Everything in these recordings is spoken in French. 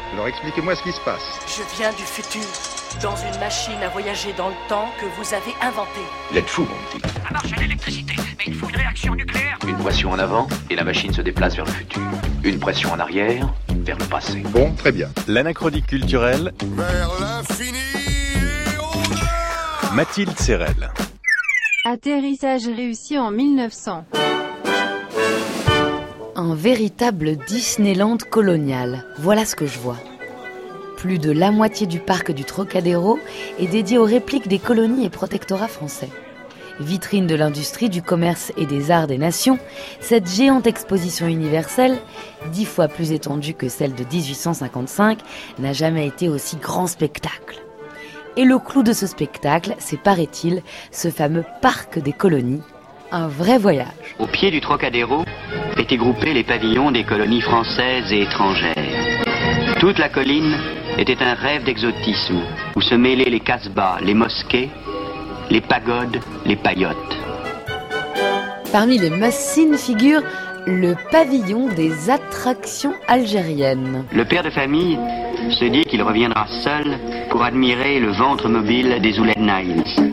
Alors expliquez-moi ce qui se passe. Je viens du futur, dans une machine à voyager dans le temps que vous avez inventée. Vous êtes fou, mon petit. Ça marche à l'électricité, mais il faut une réaction nucléaire. Une pression en avant, et la machine se déplace vers le futur. Une pression en arrière, vers le passé. Bon, très bien. L'anachronique culturelle. Vers l'infini et au-delà. Mathilde Serrel. Atterrissage réussi en 1900. Un véritable Disneyland colonial, voilà ce que je vois. Plus de la moitié du parc du Trocadéro est dédié aux répliques des colonies et protectorats français. Vitrine de l'industrie, du commerce et des arts des nations, cette géante exposition universelle, 10 fois plus étendue que celle de 1855, n'a jamais été aussi grand spectacle. Et le clou de ce spectacle, c'est, paraît-il, ce fameux parc des colonies. Un vrai voyage. Au pied du Trocadéro étaient groupés les pavillons des colonies françaises et étrangères. Toute la colline était un rêve d'exotisme, où se mêlaient les casbahs, les mosquées, les pagodes, les paillotes. Parmi les must-see figure le pavillon des attractions algériennes. Le père de famille se dit qu'il reviendra seul pour admirer le ventre mobile des Ouled Niles.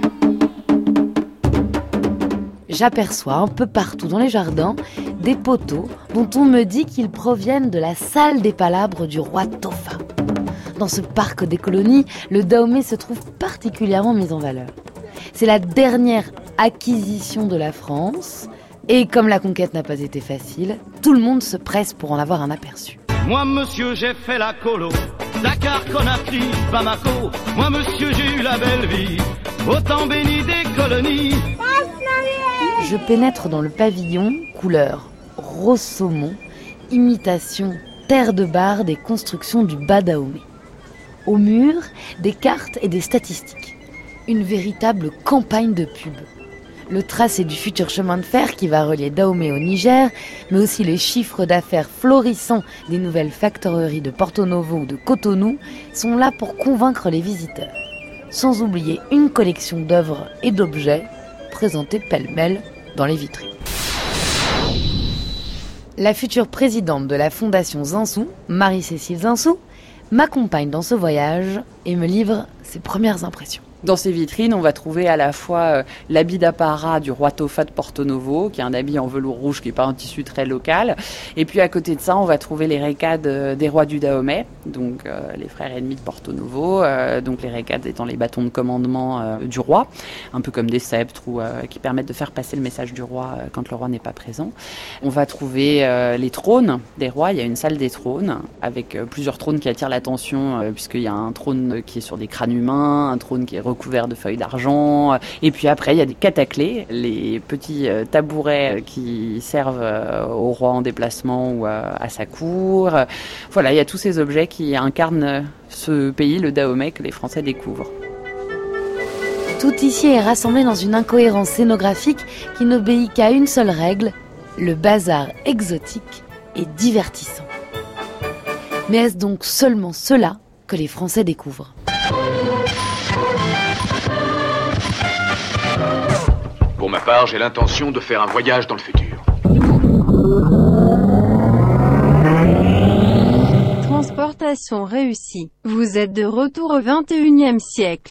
J'aperçois un peu partout dans les jardins des poteaux dont on me dit qu'ils proviennent de la salle des palabres du roi Tofa. Dans ce parc des colonies, le Dahomey se trouve particulièrement mis en valeur. C'est la dernière acquisition de la France et comme la conquête n'a pas été facile, tout le monde se presse pour en avoir un aperçu. Moi monsieur j'ai fait la colo, Dakar, Conakry, Bamako. Moi monsieur j'ai eu la belle vie, au temps béni des colonies. Je pénètre dans le pavillon, couleur rose saumon, imitation terre de bar des constructions du bas Dahomey. Au mur, des cartes et des statistiques. Une véritable campagne de pub. Le tracé du futur chemin de fer qui va relier Dahomey au Niger, mais aussi les chiffres d'affaires florissants des nouvelles factoreries de Porto Novo ou de Cotonou sont là pour convaincre les visiteurs. Sans oublier une collection d'œuvres et d'objets présentés pêle-mêle dans les vitrines. La future présidente de la Fondation Zinsou, Marie-Cécile Zinsou, m'accompagne dans ce voyage et me livre ses premières impressions. Dans ces vitrines, on va trouver à la fois l'habit d'apparat du roi Tofa de Porto Novo, qui est un habit en velours rouge qui n'est pas un tissu très local. Et puis à côté de ça, on va trouver les récades des rois du Dahomey, donc les frères ennemis de Porto Novo, donc les récades étant les bâtons de commandement du roi, un peu comme des sceptres ou qui permettent de faire passer le message du roi quand le roi n'est pas présent. On va trouver les trônes des rois. Il y a une salle des trônes avec plusieurs trônes qui attirent l'attention puisqu'il y a un trône qui est sur des crânes humains, un trône qui est recouvert de feuilles d'argent. Et puis après, il y a des cataclés, les petits tabourets qui servent au roi en déplacement ou à sa cour. Voilà, il y a tous ces objets qui incarnent ce pays, le Dahomey, que les Français découvrent. Tout ici est rassemblé dans une incohérence scénographique qui n'obéit qu'à une seule règle, le bazar exotique et divertissant. Mais est-ce donc seulement cela que les Français découvrent ? Pour ma part, j'ai l'intention de faire un voyage dans le futur. Transportation réussie. Vous êtes de retour au 21e siècle.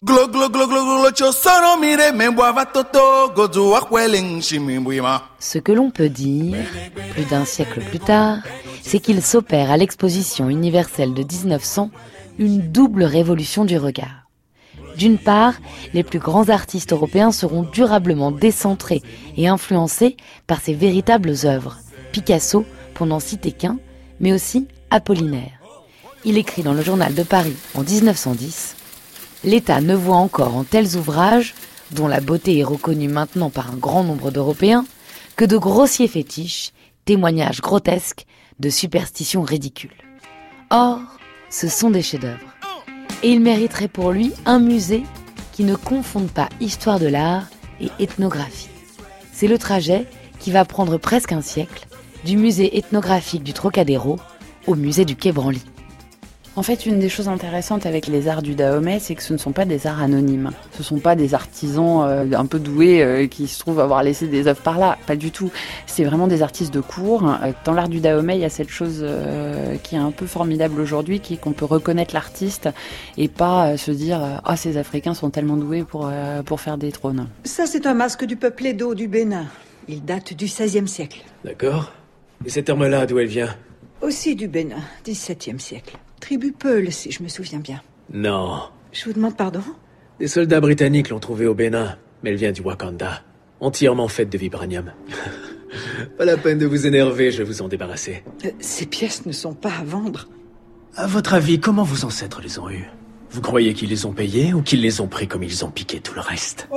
Ce que l'on peut dire, plus d'un siècle plus tard, c'est qu'il s'opère à l'exposition universelle de 1900 une double révolution du regard. D'une part, les plus grands artistes européens seront durablement décentrés et influencés par ces véritables œuvres. Picasso, pour n'en citer qu'un, mais aussi Apollinaire. Il écrit dans le Journal de Paris en 1910 « L'État ne voit encore en tels ouvrages, dont la beauté est reconnue maintenant par un grand nombre d'Européens, que de grossiers fétiches, témoignages grotesques de superstitions ridicules. Or, ce sont des chefs-d'œuvre. Et il mériterait pour lui un musée qui ne confonde pas histoire de l'art et ethnographie. C'est le trajet qui va prendre presque un siècle, du musée ethnographique du Trocadéro au musée du Quai Branly. En fait, une des choses intéressantes avec les arts du Dahomey, c'est que ce ne sont pas des arts anonymes. Ce ne sont pas des artisans un peu doués qui se trouvent avoir laissé des œuvres par là. Pas du tout. C'est vraiment des artistes de cour. Dans l'art du Dahomey, il y a cette chose qui est un peu formidable aujourd'hui, qui est qu'on peut reconnaître l'artiste et pas se dire « Ah, ces Africains sont tellement doués pour faire des trônes ». Ça, c'est un masque du peuple Edo du Bénin. Il date du XVIe siècle. D'accord. Et cette arme-là, d'où elle vient? Aussi du Bénin, XVIIe siècle. Tribu Peul, si je me souviens bien. Non. Je vous demande pardon? Des soldats britanniques l'ont trouvée au Bénin, mais elle vient du Wakanda. Entièrement faite de vibranium. Pas la peine de vous énerver, je vais vous en débarrasser. Ces pièces ne sont pas à vendre. À votre avis, comment vos ancêtres les ont eues? Vous croyez qu'ils les ont payés ou qu'ils les ont pris comme ils ont piqué tout le reste?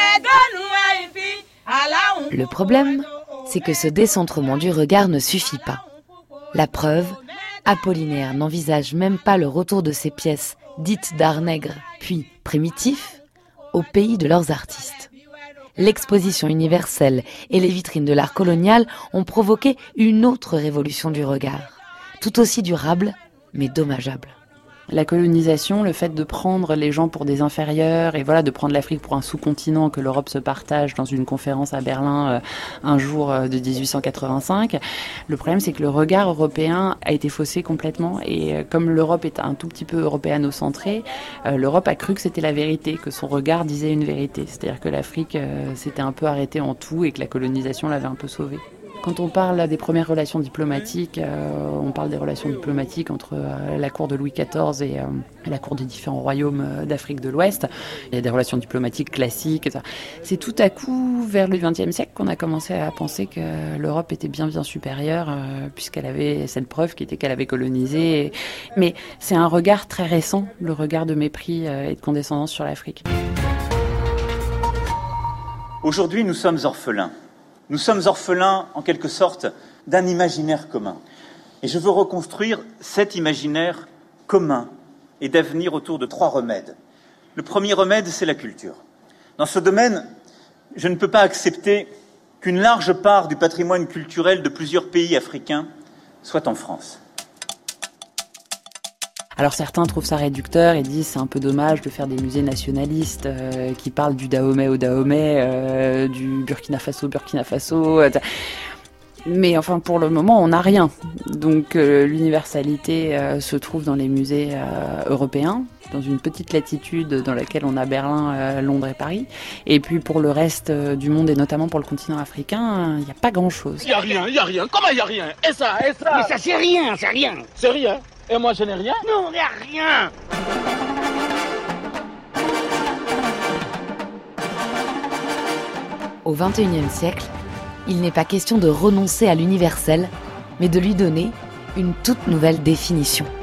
Le problème, c'est que ce décentrement du regard ne suffit pas. La preuve, Apollinaire n'envisage même pas le retour de ces pièces dites d'art nègre, puis primitif, au pays de leurs artistes. L'exposition universelle et les vitrines de l'art colonial ont provoqué une autre révolution du regard, tout aussi durable, mais dommageable. La colonisation, le fait de prendre les gens pour des inférieurs et voilà, de prendre l'Afrique pour un sous-continent que l'Europe se partage dans une conférence à Berlin un jour de 1885. Le problème, c'est que le regard européen a été faussé complètement et comme l'Europe est un tout petit peu européano-centrée, l'Europe a cru que c'était la vérité, que son regard disait une vérité. C'est-à-dire que l'Afrique s'était un peu arrêtée en tout et que la colonisation l'avait un peu sauvée. Quand on parle des premières relations diplomatiques, on parle des relations diplomatiques entre la cour de Louis XIV et la cour des différents royaumes d'Afrique de l'Ouest. Il y a des relations diplomatiques classiques. C'est tout à coup, vers le XXe siècle, qu'on a commencé à penser que l'Europe était bien supérieure, puisqu'elle avait cette preuve qui était qu'elle avait colonisé. Mais c'est un regard très récent, le regard de mépris et de condescendance sur l'Afrique. Aujourd'hui, nous sommes orphelins. Nous sommes orphelins, en quelque sorte, d'un imaginaire commun. Et je veux reconstruire cet imaginaire commun et d'avenir autour de 3 remèdes. Le premier remède, c'est la culture. Dans ce domaine, je ne peux pas accepter qu'une large part du patrimoine culturel de plusieurs pays africains soit en France. Alors certains trouvent ça réducteur et disent c'est un peu dommage de faire des musées nationalistes qui parlent du Dahomey au Dahomey, du Burkina Faso. Mais enfin pour le moment on n'a rien. Donc l'universalité se trouve dans les musées européens, dans une petite latitude dans laquelle on a Berlin, Londres et Paris. Et puis pour le reste du monde et notamment pour le continent africain, il n'y a pas grand-chose. Il n'y a rien. Comment il n'y a rien? Et ça? Mais ça c'est rien. C'est rien. Et moi je n'ai rien? Non, on n'a rien. Au XXIe siècle, il n'est pas question de renoncer à l'universel, mais de lui donner une toute nouvelle définition.